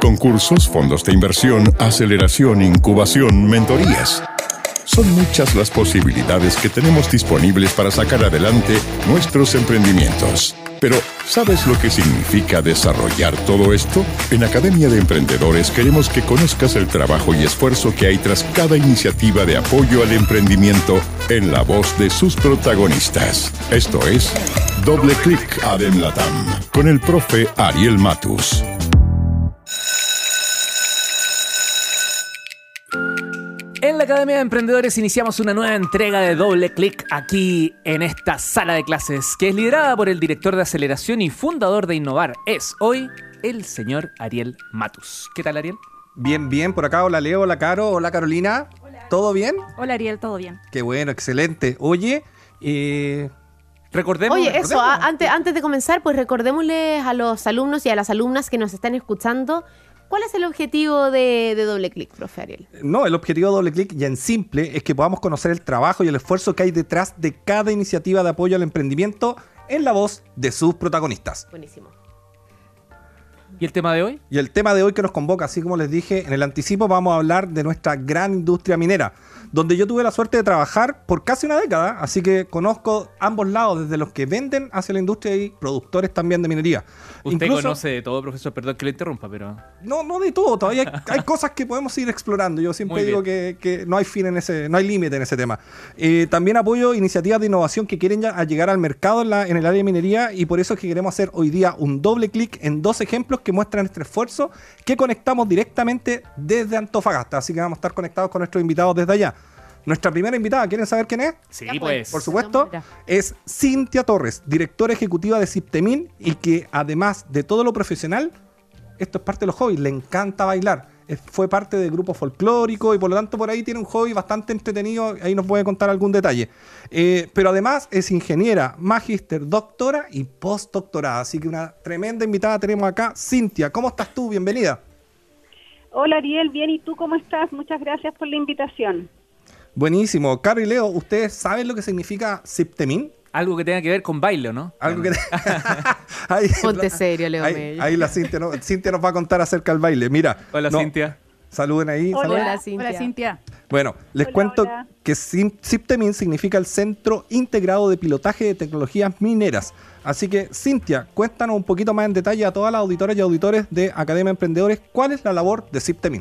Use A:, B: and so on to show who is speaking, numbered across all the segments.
A: concursos, fondos de inversión, aceleración, incubación, mentorías. Son muchas las posibilidades que tenemos disponibles para sacar adelante nuestros emprendimientos. Pero, ¿sabes lo que significa desarrollar todo esto? En Academia de Emprendedores queremos que conozcas el trabajo y esfuerzo que hay tras cada iniciativa de apoyo al emprendimiento en la voz de sus protagonistas. Esto es Doble Clic ADEM Latam, con el profe Ariel Matus.
B: En la Academia de Emprendedores iniciamos una nueva entrega de Doble Clic aquí en esta sala de clases, que es liderada por el director de aceleración y fundador de Innovar. Es hoy el señor Ariel Matus. ¿Qué tal, Ariel?
C: Bien, por acá. Hola, Leo, hola, Caro, hola, Carolina. Hola. ¿Todo bien?
D: Hola, Ariel, todo bien.
C: Qué bueno, excelente. Oye,
D: recordemos. Antes de comenzar, pues recordémosles a los alumnos y a las alumnas que nos están escuchando. ¿Cuál es el objetivo de Doble Clic, profe Ariel?
C: No, el objetivo de Doble Clic, ya en simple, es que podamos conocer el trabajo y el esfuerzo que hay detrás de cada iniciativa de apoyo al emprendimiento en la voz de sus protagonistas.
D: Buenísimo.
B: ¿Y el tema de hoy?
C: Y el tema de hoy que nos convoca, así como les dije en el anticipo, vamos a hablar de nuestra gran industria minera, donde yo tuve la suerte de trabajar por casi una década, así que conozco ambos lados, desde los que venden hacia la industria y productores también de minería.
B: Usted conoce de todo, profesor, perdón que lo interrumpa, pero...
C: No de todo, todavía hay cosas que podemos ir explorando. Yo siempre digo que no hay fin en ese, no hay límite en ese tema. También apoyo iniciativas de innovación que quieren ya llegar al mercado en el área de minería, y por eso es que queremos hacer hoy día un doble clic en 2 ejemplos que muestran este esfuerzo que conectamos directamente desde Antofagasta. Así que vamos a estar conectados con nuestros invitados desde allá. Nuestra primera invitada, ¿quieren saber quién es?
B: Sí, pues.
C: Por supuesto, es Cintia Torres, directora ejecutiva de Siptemin, y que además de todo lo profesional, esto es parte de los hobbies, le encanta bailar. Fue parte del grupo folclórico y por lo tanto por ahí tiene un hobby bastante entretenido, ahí nos puede contar algún detalle. Pero además es ingeniera, magíster, doctora y postdoctorada, así que una tremenda invitada tenemos acá. Cintia, ¿cómo estás tú? Bienvenida.
E: Hola Ariel, bien, ¿y tú cómo estás? Muchas gracias por la invitación.
C: Buenísimo. Caro y Leo, ¿ustedes saben lo que significa Siptemin?
B: Algo que tenga que ver con baile, ¿no?
C: Algo que
D: Ponte serio, Leo.
C: Ahí la Cintia nos va a contar acerca del baile. Mira.
B: Hola, Cintia.
C: Saluden ahí.
D: Hola, Cintia.
E: Hola, Cintia.
C: Bueno, les cuento que Siptemin significa el Centro Integrado de Pilotaje de Tecnologías Mineras. Así que, Cintia, cuéntanos un poquito más en detalle a todas las auditoras y auditores de Academia de Emprendedores, ¿cuál es la labor de Siptemin?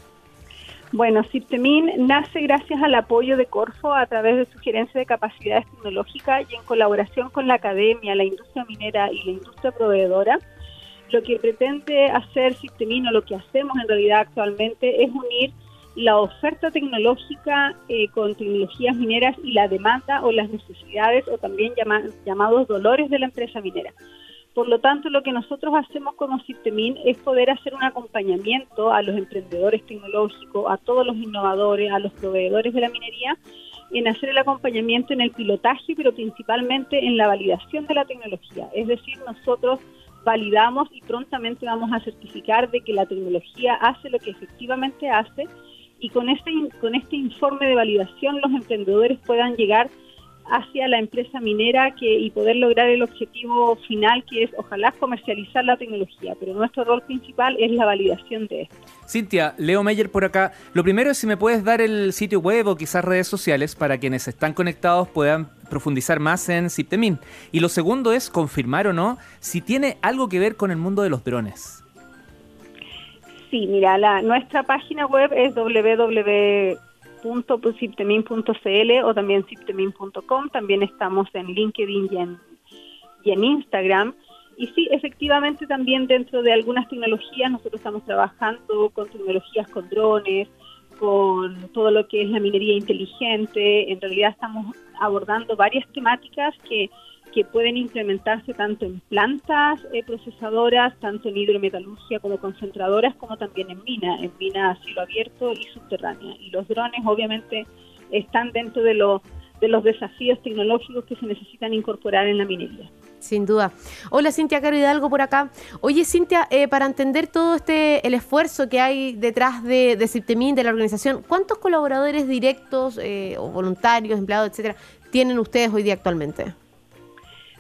E: Bueno, Siptemin nace gracias al apoyo de Corfo a través de sugerencia de capacidades tecnológicas y en colaboración con la academia, la industria minera y la industria proveedora. Lo que pretende hacer Siptemin, o lo que hacemos en realidad actualmente, es unir la oferta tecnológica con tecnologías mineras y la demanda o las necesidades o también llamados dolores de la empresa minera. Por lo tanto, lo que nosotros hacemos como Siptemin es poder hacer un acompañamiento a los emprendedores tecnológicos, a todos los innovadores, a los proveedores de la minería, en hacer el acompañamiento en el pilotaje, pero principalmente en la validación de la tecnología. Es decir, nosotros validamos y prontamente vamos a certificar de que la tecnología hace lo que efectivamente hace, y con este informe de validación los emprendedores puedan llegar hacia la empresa minera y poder lograr el objetivo final, que es ojalá comercializar la tecnología, pero nuestro rol principal es la validación de esto.
B: Cintia, Leo Meyer por acá. Lo primero es si me puedes dar el sitio web o quizás redes sociales para quienes están conectados puedan profundizar más en Siptemin. Y lo segundo es confirmar o no si tiene algo que ver con el mundo de los drones.
E: Sí, mira, nuestra página web es www.siptemin.cl o también siptemin.com. También estamos en LinkedIn y en Instagram. Y sí, efectivamente también dentro de algunas tecnologías nosotros estamos trabajando con tecnologías con drones, con todo lo que es la minería inteligente. En realidad estamos abordando varias temáticas que pueden implementarse tanto en plantas procesadoras, tanto en hidrometalurgia como concentradoras, como también en mina a cielo abierto y subterránea. Y los drones obviamente están dentro de los desafíos tecnológicos que se necesitan incorporar en la minería.
D: Sin duda. Hola, Cintia, Caro Hidalgo por acá. Oye, Cintia, para entender todo el esfuerzo que hay detrás de Siptemin, de la organización, ¿cuántos colaboradores directos o voluntarios, empleados, etcétera, tienen ustedes hoy día actualmente?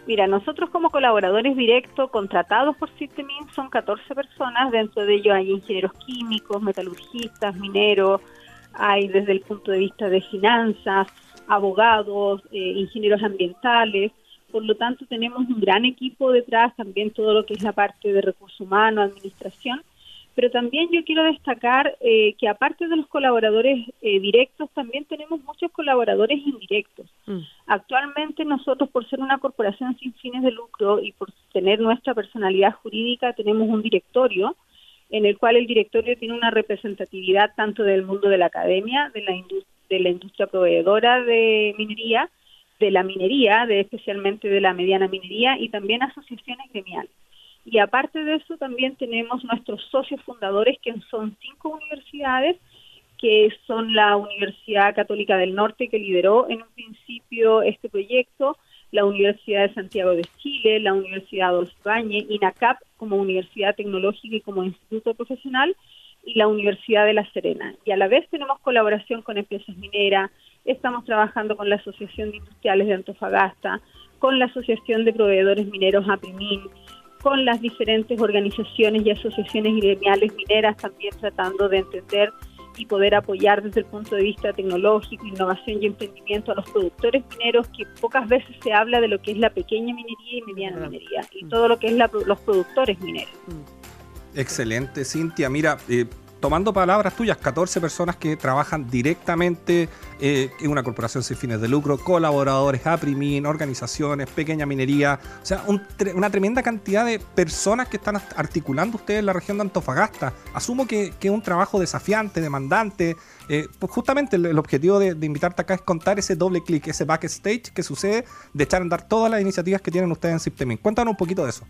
E: Mira, nosotros como colaboradores directos contratados por Ciptemin son 14 personas, dentro de ellos hay ingenieros químicos, metalurgistas, mineros, hay desde el punto de vista de finanzas, abogados, ingenieros ambientales. Por lo tanto, tenemos un gran equipo detrás, también todo lo que es la parte de recursos humanos, administración. Pero también yo quiero destacar que aparte de los colaboradores directos, también tenemos muchos colaboradores indirectos. Actualmente nosotros, por ser una corporación sin fines de lucro y por tener nuestra personalidad jurídica, tenemos un directorio en el cual el directorio tiene una representatividad tanto del mundo de la academia, de la industria proveedora de minería, de la minería, especialmente de la mediana minería, y también asociaciones gremiales. Y aparte de eso también tenemos nuestros socios fundadores, que son 5 universidades, que son la Universidad Católica del Norte, que lideró en un principio este proyecto, la Universidad de Santiago de Chile, la Universidad Adolfo Ibáñez, INACAP como Universidad Tecnológica y como Instituto Profesional, y la Universidad de La Serena. Y a la vez tenemos colaboración con empresas mineras, estamos trabajando con la Asociación de Industriales de Antofagasta, con la Asociación de Proveedores Mineros APRIMIN, con las diferentes organizaciones y asociaciones gremiales mineras, también tratando de entender y poder apoyar desde el punto de vista tecnológico, innovación y emprendimiento a los productores mineros, que pocas veces se habla de lo que es la pequeña minería y mediana minería, y todo lo que es los productores mineros.
C: Excelente, Cintia. Mira, tomando palabras tuyas, 14 personas que trabajan directamente en una corporación sin fines de lucro, colaboradores, APRIMIN, organizaciones, pequeña minería, o sea, una tremenda cantidad de personas que están articulando ustedes en la región de Antofagasta. Asumo que es un trabajo desafiante, demandante. Pues justamente el objetivo de invitarte acá es contar ese doble clic, ese backstage que sucede de echar a andar todas las iniciativas que tienen ustedes en Ciptemin. Cuéntanos un poquito de eso.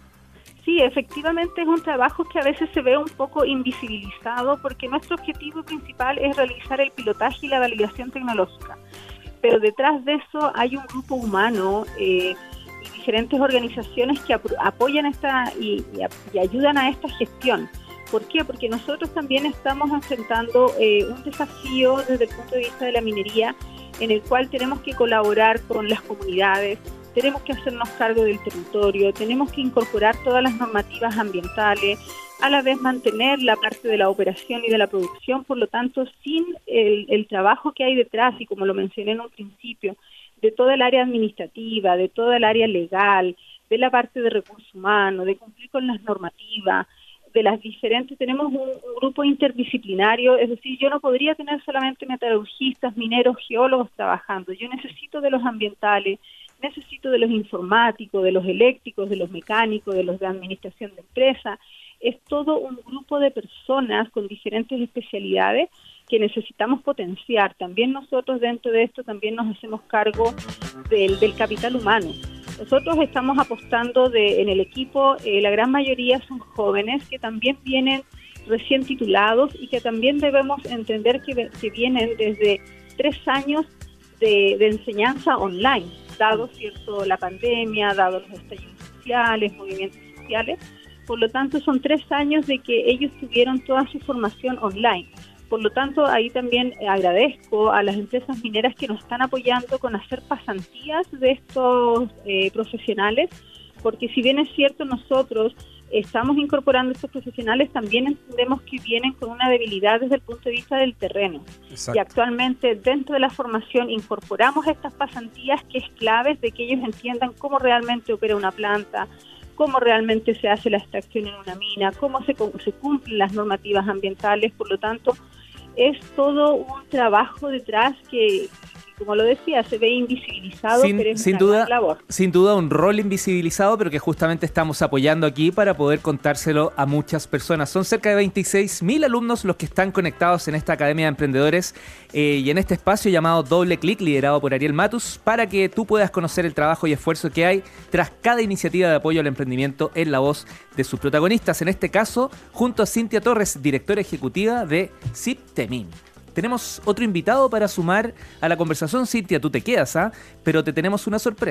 E: Sí, efectivamente es un trabajo que a veces se ve un poco invisibilizado, porque nuestro objetivo principal es realizar el pilotaje y la validación tecnológica. Pero detrás de eso hay un grupo humano y diferentes organizaciones que apoyan y ayudan a esta gestión. ¿Por qué? Porque nosotros también estamos enfrentando un desafío desde el punto de vista de la minería, en el cual tenemos que colaborar con las comunidades, tenemos que hacernos cargo del territorio, tenemos que incorporar todas las normativas ambientales, a la vez mantener la parte de la operación y de la producción. Por lo tanto, sin el trabajo que hay detrás, y como lo mencioné en un principio, de toda el área administrativa, de toda el área legal, de la parte de recursos humanos, de cumplir con las normativas, de las diferentes, tenemos un grupo interdisciplinario, es decir, yo no podría tener solamente metalurgistas, mineros, geólogos trabajando, yo necesito de los ambientales, necesito de los informáticos, de los eléctricos, de los mecánicos, de los de administración de empresas. Es todo un grupo de personas con diferentes especialidades que necesitamos potenciar. También nosotros dentro de esto también nos hacemos cargo del capital humano. Nosotros estamos apostando en el equipo, la gran mayoría son jóvenes que también vienen recién titulados y que también debemos entender que vienen desde 3 años de enseñanza online, dado cierto la pandemia, dado los estallidos sociales, movimientos sociales. Por lo tanto, son 3 años de que ellos tuvieron toda su formación online. Por lo tanto, ahí también agradezco a las empresas mineras que nos están apoyando con hacer pasantías de estos profesionales, porque si bien es cierto, nosotros estamos incorporando a estos profesionales, también entendemos que vienen con una debilidad desde el punto de vista del terreno. Exacto. Y actualmente dentro de la formación incorporamos estas pasantías, que es clave de que ellos entiendan cómo realmente opera una planta, cómo realmente se hace la extracción en una mina, cómo se cumplen las normativas ambientales. Por lo tanto, es todo un trabajo detrás que, como lo decía, se ve invisibilizado, pero es una gran labor.
B: Sin duda un rol invisibilizado, pero que justamente estamos apoyando aquí para poder contárselo a muchas personas. Son cerca de 26.000 alumnos los que están conectados en esta Academia de Emprendedores y en este espacio llamado Doble Clic, liderado por Ariel Matus, para que tú puedas conocer el trabajo y esfuerzo que hay tras cada iniciativa de apoyo al emprendimiento en la voz de sus protagonistas. En este caso, junto a Cintia Torres, directora ejecutiva de Ciptemin. Tenemos otro invitado para sumar a la conversación. Cintia, tú te quedas, pero te tenemos una sorpresa.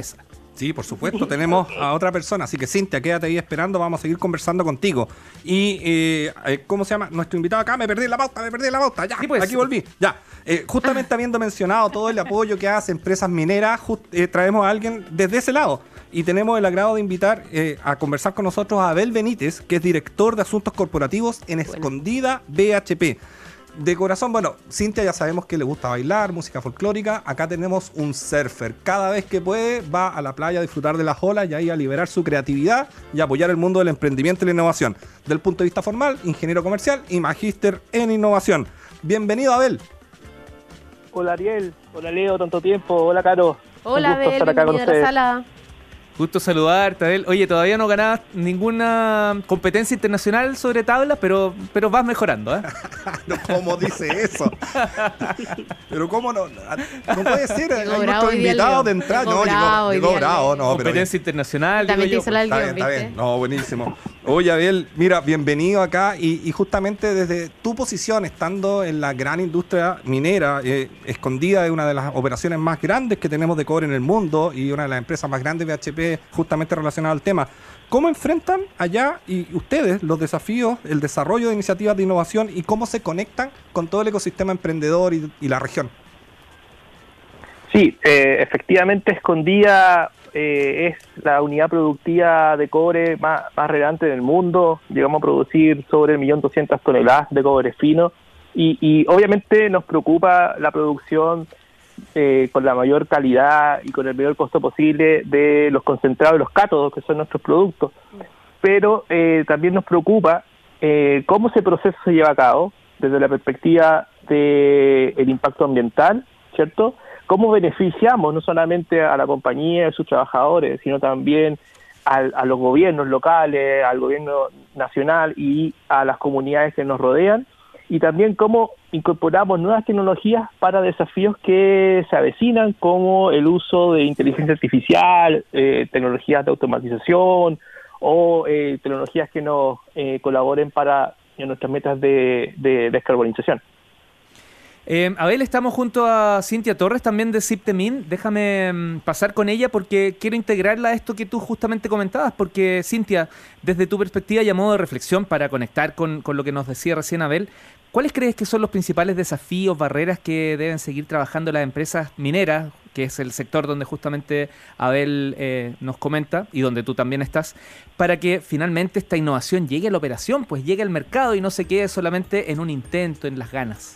C: Sí, por supuesto, tenemos a otra persona, así que Cintia, quédate ahí esperando, vamos a seguir conversando contigo. Y, ¿cómo se llama? Nuestro invitado acá, me perdí la pauta, ya,
B: Sí, pues.
C: aquí volví, ya. Justamente habiendo mencionado todo el apoyo que hace empresas mineras, traemos a alguien desde ese lado. Y tenemos el agrado de invitar a conversar con nosotros a Abel Benítez, que es director de Asuntos Corporativos en Escondida BHP. De corazón, bueno, Cintia ya sabemos que le gusta bailar, música folclórica. Acá tenemos un surfer. Cada vez que puede va a la playa a disfrutar de las olas y ahí a liberar su creatividad y apoyar el mundo del emprendimiento y la innovación. Del punto de vista formal, ingeniero comercial y magíster en innovación. Bienvenido, Abel.
F: Hola Ariel, hola Leo, tanto tiempo, hola Caro.
D: Hola, Abel, bienvenido a la sala.
B: Gusto saludarte, Abel. Oye, todavía no ganabas ninguna competencia internacional sobre tablas, pero vas mejorando, ¿eh?
C: No, ¿cómo dice eso? Pero ¿cómo no? No puede ser. Hay nuestro invitado de entrada. No, llegó bravo. No,
B: competencia internacional.
D: También te
B: digo
D: hizo
B: yo,
D: la
B: pues.
D: del guión,
C: Está
D: ¿viste?
C: bien. No, buenísimo. Oye, Abel, mira, bienvenido acá y justamente desde tu posición, estando en la gran industria minera, Escondida es una de las operaciones más grandes que tenemos de cobre en el mundo y una de las empresas más grandes de BHP justamente relacionada al tema. ¿Cómo enfrentan allá y ustedes los desafíos, el desarrollo de iniciativas de innovación y cómo se conectan con todo el ecosistema emprendedor y la región?
F: Sí, efectivamente Escondida es la unidad productiva de cobre más relevante del mundo. Llegamos a producir sobre 1.200.000 toneladas de cobre fino y obviamente nos preocupa la producción con la mayor calidad y con el menor costo posible de los concentrados y los cátodos, que son nuestros productos. Pero también nos preocupa cómo ese proceso se lleva a cabo desde la perspectiva del impacto ambiental, ¿cierto? Cómo beneficiamos no solamente a la compañía y a sus trabajadores, sino también a los gobiernos locales, al gobierno nacional y a las comunidades que nos rodean, y también cómo incorporamos nuevas tecnologías para desafíos que se avecinan, como el uso de inteligencia artificial, tecnologías de automatización o tecnologías que nos colaboren para nuestras metas de descarbonización.
B: Abel, estamos junto a Cintia Torres, también de Siptemin. Déjame pasar con ella porque quiero integrarla a esto que tú justamente comentabas, porque Cintia, desde tu perspectiva y a modo de reflexión para conectar con lo que nos decía recién Abel, ¿cuáles crees que son los principales desafíos, barreras que deben seguir trabajando las empresas mineras, que es el sector donde justamente Abel nos comenta y donde tú también estás, para que finalmente esta innovación llegue a la operación, pues llegue al mercado y no se quede solamente en un intento, en las ganas?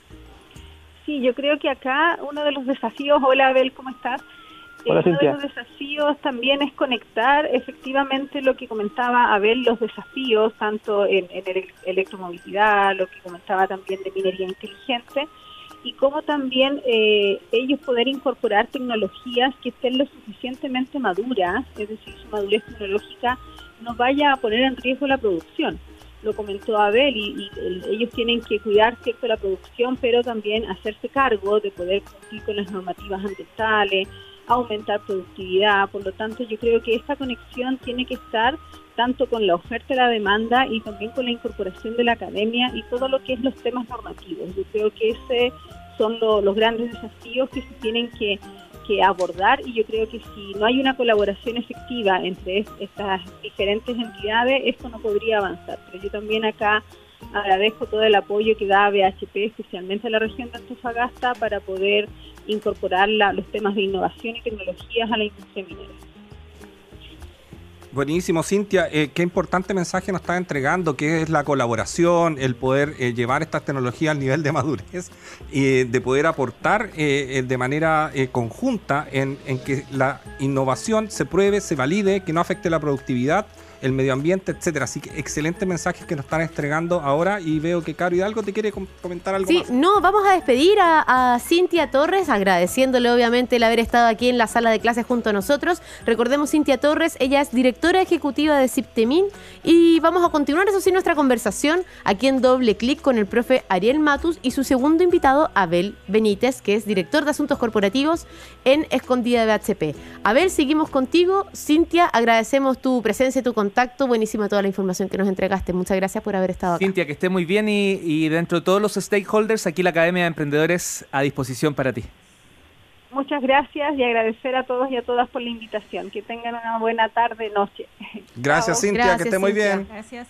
E: Sí, yo creo que acá uno de los desafíos, hola Abel, ¿cómo estás?
F: Hola,
E: uno
F: Cintia.
E: de los desafíos también es conectar efectivamente lo que comentaba Abel, los desafíos tanto en electromovilidad, lo que comentaba también de minería inteligente, y cómo también ellos poder incorporar tecnologías que estén lo suficientemente maduras, es decir, su madurez tecnológica no vaya a poner en riesgo la producción. Lo comentó Abel y ellos tienen que cuidar, ¿cierto?, la producción, pero también hacerse cargo de poder cumplir con las normativas ambientales, aumentar productividad. Por lo tanto, yo creo que esta conexión tiene que estar tanto con la oferta y la demanda y también con la incorporación de la academia y todo lo que es los temas normativos. Yo creo que ese son los grandes desafíos que se tienen que abordar, y yo creo que si no hay una colaboración efectiva entre estas diferentes entidades, esto no podría avanzar. Pero yo también acá agradezco todo el apoyo que da BHP, especialmente a la región de Antofagasta, para poder incorporar los temas de innovación y tecnologías a la industria minera.
C: Buenísimo, Cintia. Qué importante mensaje nos está entregando, que es la colaboración, el poder llevar estas tecnologías al nivel de madurez y de poder aportar de manera conjunta en que la innovación se pruebe, se valide, que no afecte la productividad, el medio ambiente, etcétera. Así que excelentes mensajes que nos están entregando ahora, y veo que Caro Hidalgo te quiere comentar algo más.
D: Sí, no, vamos a despedir a Cintia Torres, agradeciéndole obviamente el haber estado aquí en la sala de clases junto a nosotros. Recordemos, Cintia Torres, ella es directora ejecutiva de Siptemin, y vamos a continuar, eso sí, nuestra conversación aquí en Doble Clic con el profe Ariel Matus y su segundo invitado, Abel Benítez, que es director de Asuntos Corporativos en Escondida de BHP. Abel, seguimos contigo. Cintia, agradecemos tu presencia y tu contacto. Buenísima toda la información que nos entregaste. Muchas gracias por haber estado acá.
B: Cintia, que esté muy bien y dentro de todos los stakeholders, aquí la Academia de Emprendedores a disposición para ti.
E: Muchas gracias y agradecer a todos y a todas por la invitación. Que tengan una buena tarde, noche.
C: Gracias,
E: Chao.
C: Cintia,
D: Gracias,
C: que esté muy
D: Cintia.
C: bien.
G: Gracias.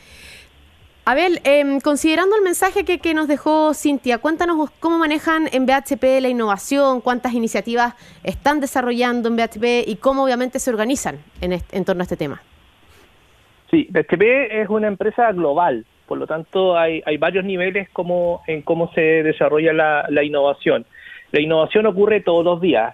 D: Abel, considerando el mensaje que nos dejó Cintia, cuéntanos cómo manejan en BHP la innovación, cuántas iniciativas están desarrollando en BHP y cómo obviamente se organizan en torno a este tema.
F: Sí, BHP es una empresa global, por lo tanto hay varios niveles en cómo se desarrolla la innovación. La innovación ocurre todos los días.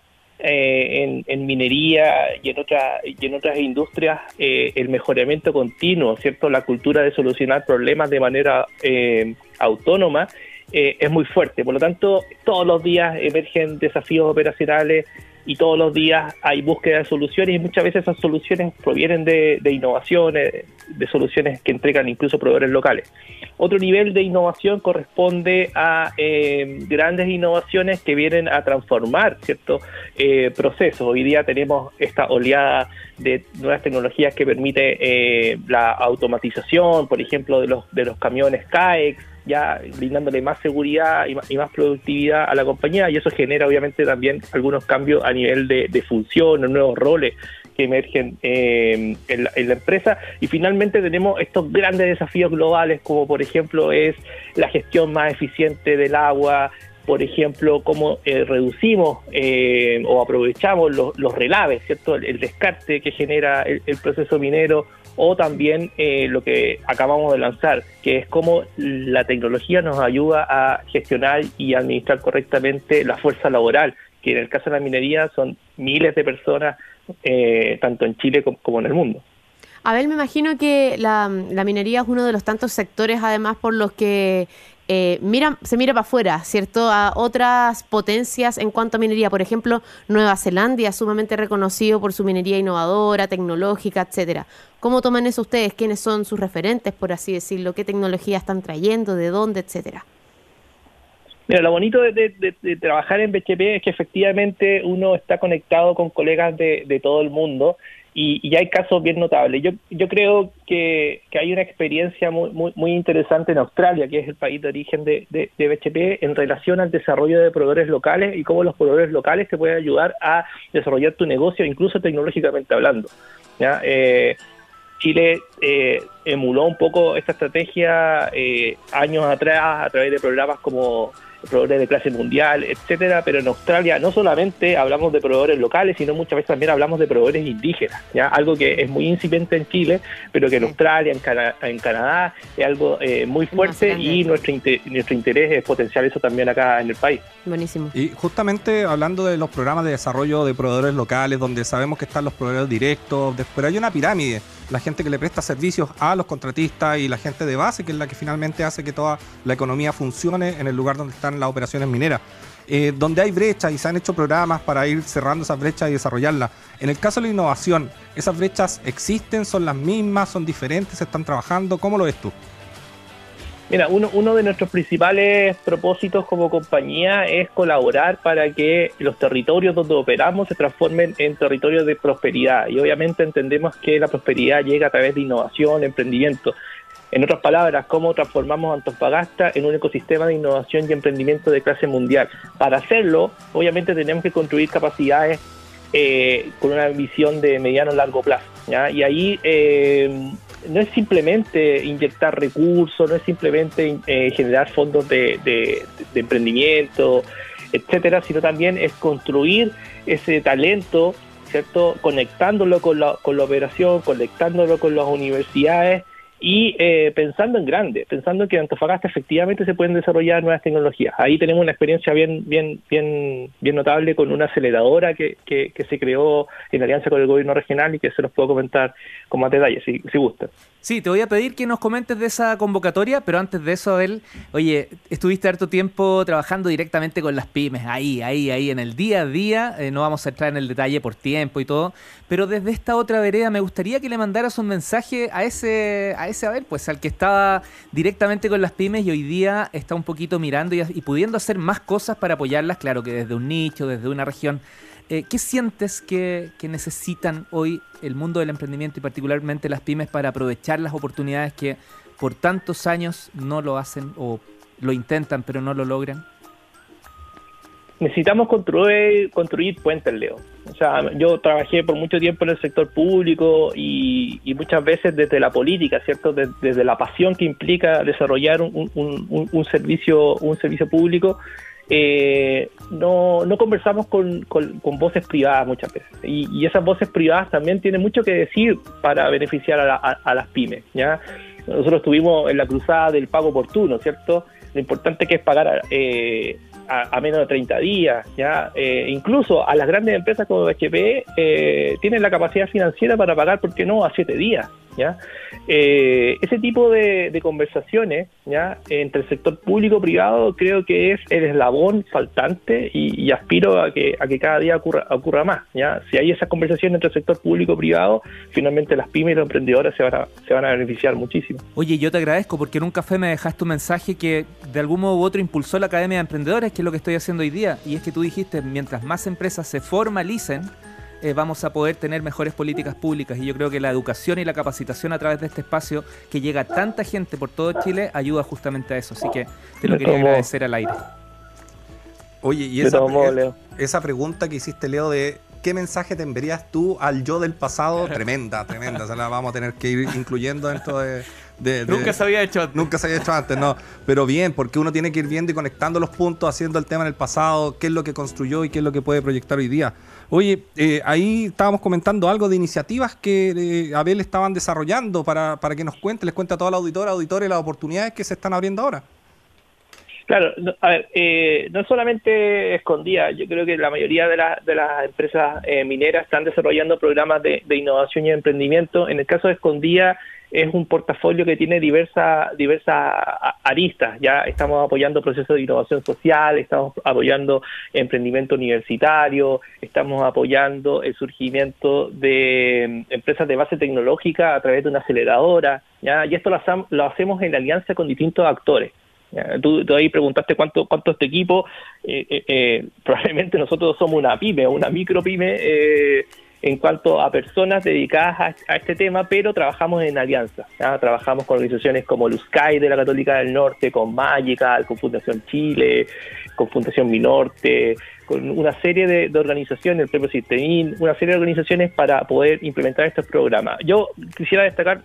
F: En minería y en otras industrias, el mejoramiento continuo, ¿cierto? La cultura de solucionar problemas de manera autónoma es muy fuerte. Por lo tanto, todos los días emergen desafíos operacionales y todos los días hay búsqueda de soluciones, y muchas veces esas soluciones provienen de innovaciones, de soluciones que entregan incluso proveedores locales. Otro nivel de innovación corresponde a grandes innovaciones que vienen a transformar ciertos procesos. Hoy día tenemos esta oleada de nuevas tecnologías que permite la automatización, por ejemplo, de los camiones CAEX, ya brindándole más seguridad y más productividad a la compañía, y eso genera obviamente también algunos cambios a nivel de función, nuevos roles que emergen en la empresa. Y finalmente tenemos estos grandes desafíos globales, como por ejemplo es la gestión más eficiente del agua, por ejemplo, cómo reducimos o aprovechamos los relaves, ¿cierto? El descarte que genera el proceso minero, o también lo que acabamos de lanzar, que es cómo la tecnología nos ayuda a gestionar y administrar correctamente la fuerza laboral, que en el caso de la minería son miles de personas, tanto en Chile como en el mundo.
D: Abel, me imagino que la minería es uno de los tantos sectores, además, por los que se mira para afuera, ¿cierto? A otras potencias en cuanto a minería. Por ejemplo, Nueva Zelanda, sumamente reconocido por su minería innovadora, tecnológica, etcétera. ¿Cómo toman eso ustedes? ¿Quiénes son sus referentes, por así decirlo? ¿Qué tecnología están trayendo? ¿De dónde, etcétera?
F: Mira, lo bonito de trabajar en BHP es que efectivamente uno está conectado con colegas de todo el mundo, y hay casos bien notables. Yo creo que hay una experiencia muy interesante en Australia, que es el país de origen de BHP, en relación al desarrollo de proveedores locales y cómo los proveedores locales te pueden ayudar a desarrollar tu negocio, incluso tecnológicamente hablando, ¿ya? Chile emuló un poco esta estrategia años atrás a través de programas como proveedores de clase mundial, etcétera, pero en Australia no solamente hablamos de proveedores locales, sino muchas veces también hablamos de proveedores indígenas, ¿ya? Algo que es muy incipiente en Chile, pero que en Australia, en Canadá, es algo muy fuerte, y nuestro interés es potenciar eso también acá en el país.
D: Buenísimo.
C: Y justamente hablando de los programas de desarrollo de proveedores locales, donde sabemos que están los proveedores directos, pero hay una pirámide, la gente que le presta servicios a los contratistas y la gente de base, que es la que finalmente hace que toda la economía funcione en el lugar donde están las operaciones mineras, donde hay brechas, y se han hecho programas para ir cerrando esas brechas y desarrollarlas. En el caso de la innovación, ¿esas brechas existen? ¿Son las mismas? ¿Son diferentes? ¿Se están trabajando? ¿Cómo lo ves tú?
F: Mira, uno de nuestros principales propósitos como compañía es colaborar para que los territorios donde operamos se transformen en territorios de prosperidad, y obviamente entendemos que la prosperidad llega a través de innovación, emprendimiento. En otras palabras, cómo transformamos Antofagasta en un ecosistema de innovación y emprendimiento de clase mundial. Para hacerlo, obviamente tenemos que construir capacidades con una visión de mediano a largo plazo, ¿ya? Y ahí no es simplemente inyectar recursos, no es simplemente generar fondos de emprendimiento, etcétera, sino también es construir ese talento, ¿cierto? Conectándolo con la operación, conectándolo con las universidades, y pensando en grande, pensando en que en Antofagasta efectivamente se pueden desarrollar nuevas tecnologías. Ahí tenemos una experiencia bien notable con una aceleradora que se creó en alianza con el gobierno regional, y que se los puedo comentar con más detalle, si gustan.
B: Sí, te voy a pedir que nos comentes de esa convocatoria, pero antes de eso, Abel, oye, estuviste harto tiempo trabajando directamente con las pymes, ahí, en el día a día, no vamos a entrar en el detalle por tiempo y todo, pero desde esta otra vereda me gustaría que le mandaras un mensaje a ese Abel, pues al que estaba directamente con las pymes y hoy día está un poquito mirando y pudiendo hacer más cosas para apoyarlas, claro que desde un nicho, desde una región. ¿Qué sientes que necesitan hoy el mundo del emprendimiento y particularmente las pymes para aprovechar las oportunidades que por tantos años no lo hacen o lo intentan pero no lo logran?
F: necesitamos construir puentes, Leo. O sea, yo trabajé por mucho tiempo en el sector público y muchas veces desde la política, ¿cierto? Desde la pasión que implica desarrollar un servicio público, no conversamos con voces privadas muchas veces. Y esas voces privadas también tienen mucho que decir para beneficiar a las pymes, ¿ya? Nosotros estuvimos en la cruzada del pago oportuno, ¿cierto? Lo importante que es pagar a menos de 30 días, ¿ya? Incluso a las grandes empresas como HP tienen la capacidad financiera para pagar, ¿por qué no?, a 7 días, ¿ya? Ese tipo de conversaciones, ¿ya?, entre el sector público y privado, creo que es el eslabón faltante y aspiro a que cada día ocurra más, ¿ya? Si hay esas conversaciones entre el sector público y privado, finalmente las pymes y los emprendedores se van a beneficiar muchísimo.
B: Oye, yo te agradezco porque en un café me dejaste un mensaje que de algún modo u otro impulsó la Academia de Emprendedores, que es lo que estoy haciendo hoy día, y es que tú dijiste, mientras más empresas se formalicen, vamos a poder tener mejores políticas públicas, y yo creo que la educación y la capacitación a través de este espacio que llega a tanta gente por todo Chile ayuda justamente a eso, así que te lo quería agradecer al aire.
C: Oye, y esa pregunta que hiciste, Leo, de ¿qué mensaje te enviarías tú al yo del pasado? Tremenda, se la vamos a tener que ir incluyendo dentro de
B: Nunca se había hecho
C: antes, no. Pero bien, porque uno tiene que ir viendo y conectando los puntos, haciendo el tema en el pasado, qué es lo que construyó y qué es lo que puede proyectar hoy día. Oye, ahí estábamos comentando algo de iniciativas que Abel estaban desarrollando para que nos cuente, les cuente a toda la auditores las oportunidades que se están abriendo ahora.
F: Claro, a ver, no es solamente Escondida, yo creo que la mayoría de las empresas mineras están desarrollando programas de innovación y emprendimiento. En el caso de Escondida es un portafolio que tiene diversas aristas. Ya estamos apoyando procesos de innovación social, estamos apoyando emprendimiento universitario, estamos apoyando el surgimiento de empresas de base tecnológica a través de una aceleradora, ¿ya? Y esto lo hacemos en alianza con distintos actores. Tú ahí preguntaste cuánto es tu equipo. Probablemente nosotros somos una pyme, una micropyme en cuanto a personas dedicadas a este tema, pero trabajamos en alianza, ¿ya? Trabajamos con organizaciones como Luzcay de la Católica del Norte, con Magical, con Fundación Chile, con Fundación Minorte, con una serie de organizaciones, el propio Siptemin, una serie de organizaciones para poder implementar estos programas. Yo quisiera destacar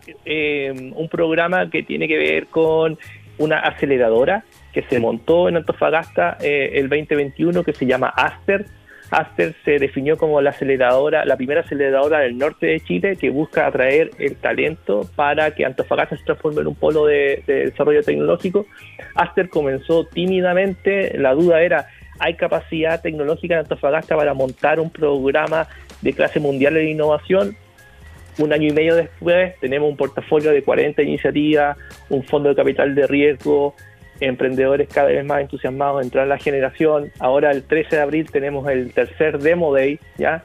F: un programa que tiene que ver con una aceleradora que se montó en Antofagasta el 2021, que se llama Aster. Aster se definió como la primera aceleradora del norte de Chile que busca atraer el talento para que Antofagasta se transforme en un polo de desarrollo tecnológico. Aster comenzó tímidamente, la duda era, ¿hay capacidad tecnológica en Antofagasta para montar un programa de clase mundial de innovación? Un año y medio después tenemos un portafolio de 40 iniciativas, un fondo de capital de riesgo, emprendedores cada vez más entusiasmados de entrar a la generación. Ahora el 13 de abril tenemos el tercer Demo Day, ¿ya?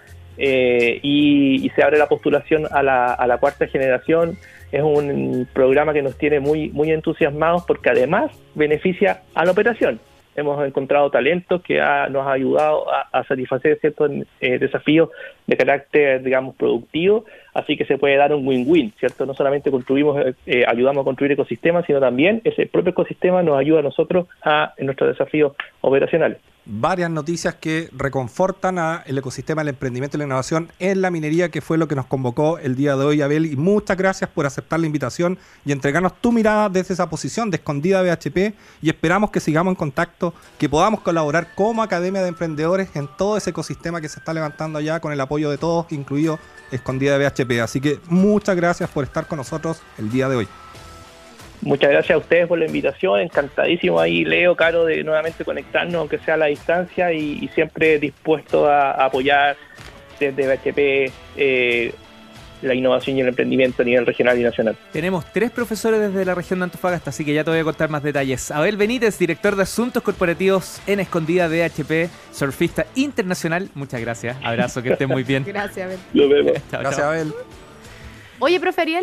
F: Y se abre la postulación a la cuarta generación. Es un programa que nos tiene muy, muy entusiasmados porque además beneficia a la operación. Hemos encontrado talentos que nos ha ayudado a satisfacer ciertos desafíos de carácter, digamos, productivo, así que se puede dar un win-win, ¿cierto? No solamente ayudamos a construir ecosistemas, sino también ese propio ecosistema nos ayuda a nosotros en nuestros desafíos operacionales.
C: Varias noticias que reconfortan el ecosistema del emprendimiento y la innovación en la minería, que fue lo que nos convocó el día de hoy, Abel, y muchas gracias por aceptar la invitación y entregarnos tu mirada desde esa posición de Escondida BHP, y esperamos que sigamos en contacto, que podamos colaborar como Academia de Emprendedores en todo ese ecosistema que se está levantando allá con el apoyo de todos, incluido Escondida BHP. Así que muchas gracias por estar con nosotros el día de hoy.
F: Muchas gracias a ustedes por la invitación, encantadísimo ahí, Leo, Caro, de nuevamente conectarnos, aunque sea a la distancia, y siempre dispuesto a apoyar desde BHP la innovación y el emprendimiento a nivel regional y nacional.
B: Tenemos 3 profesores desde la región de Antofagasta, así que ya te voy a contar más detalles. Abel Benítez, director de Asuntos Corporativos en Escondida BHP, surfista internacional. Muchas gracias, abrazo, que estén muy bien.
D: Gracias, Abel.
F: Nos vemos.
B: Chao,
C: gracias,
B: chao.
C: Abel.
D: Oye, profe Ariel,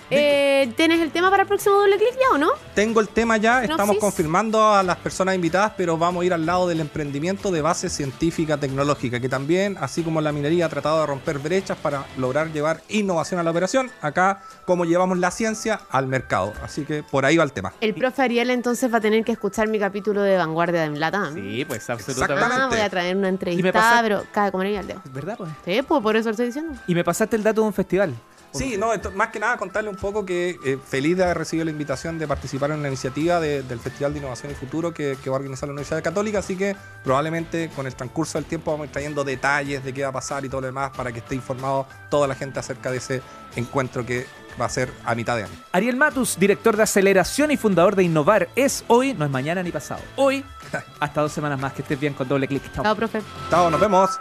D: ¿Tienes el tema para el próximo doble clic ya o no?
C: Tengo el tema ya, estamos
D: Sinopsis.
C: confirmando a las personas invitadas, pero vamos a ir al lado del emprendimiento de base científica tecnológica, que también, así como la minería ha tratado de romper brechas para lograr llevar innovación a la operación, acá como llevamos la ciencia al mercado. Así que por ahí va el tema.
D: El profe Ariel entonces va a tener que escuchar mi capítulo de Vanguardia de Latam.
B: Sí, pues absolutamente.
C: Exactamente.
D: Voy a traer una
B: Y me
D: entrevista,
B: pasa-
D: pero cae como niña al dedo.
B: ¿Verdad, pues?
D: Sí, pues por eso lo estoy diciendo.
B: Y me pasaste el dato de un festival.
C: Sí, no, más que nada contarle un poco que feliz de haber recibido la invitación de participar en la iniciativa del Festival de Innovación y Futuro que va a organizar la Universidad Católica, así que probablemente con el transcurso del tiempo vamos a ir trayendo detalles de qué va a pasar y todo lo demás para que esté informado toda la gente acerca de ese encuentro que va a ser a mitad de año.
B: Ariel Matus, director de aceleración y fundador de Innovar, es hoy, no es mañana ni pasado. Hoy, hasta 2 semanas más. Que estés bien con doble clic. Chao.
D: Chao, profe.
C: Chao, nos vemos.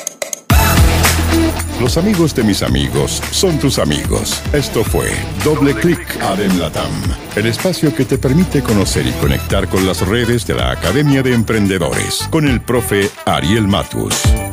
A: Los amigos de mis amigos son tus amigos. Esto fue Doble Clic Adem Latam, el espacio que te permite conocer y conectar con las redes de la Academia de Emprendedores, con el profe Ariel Matus.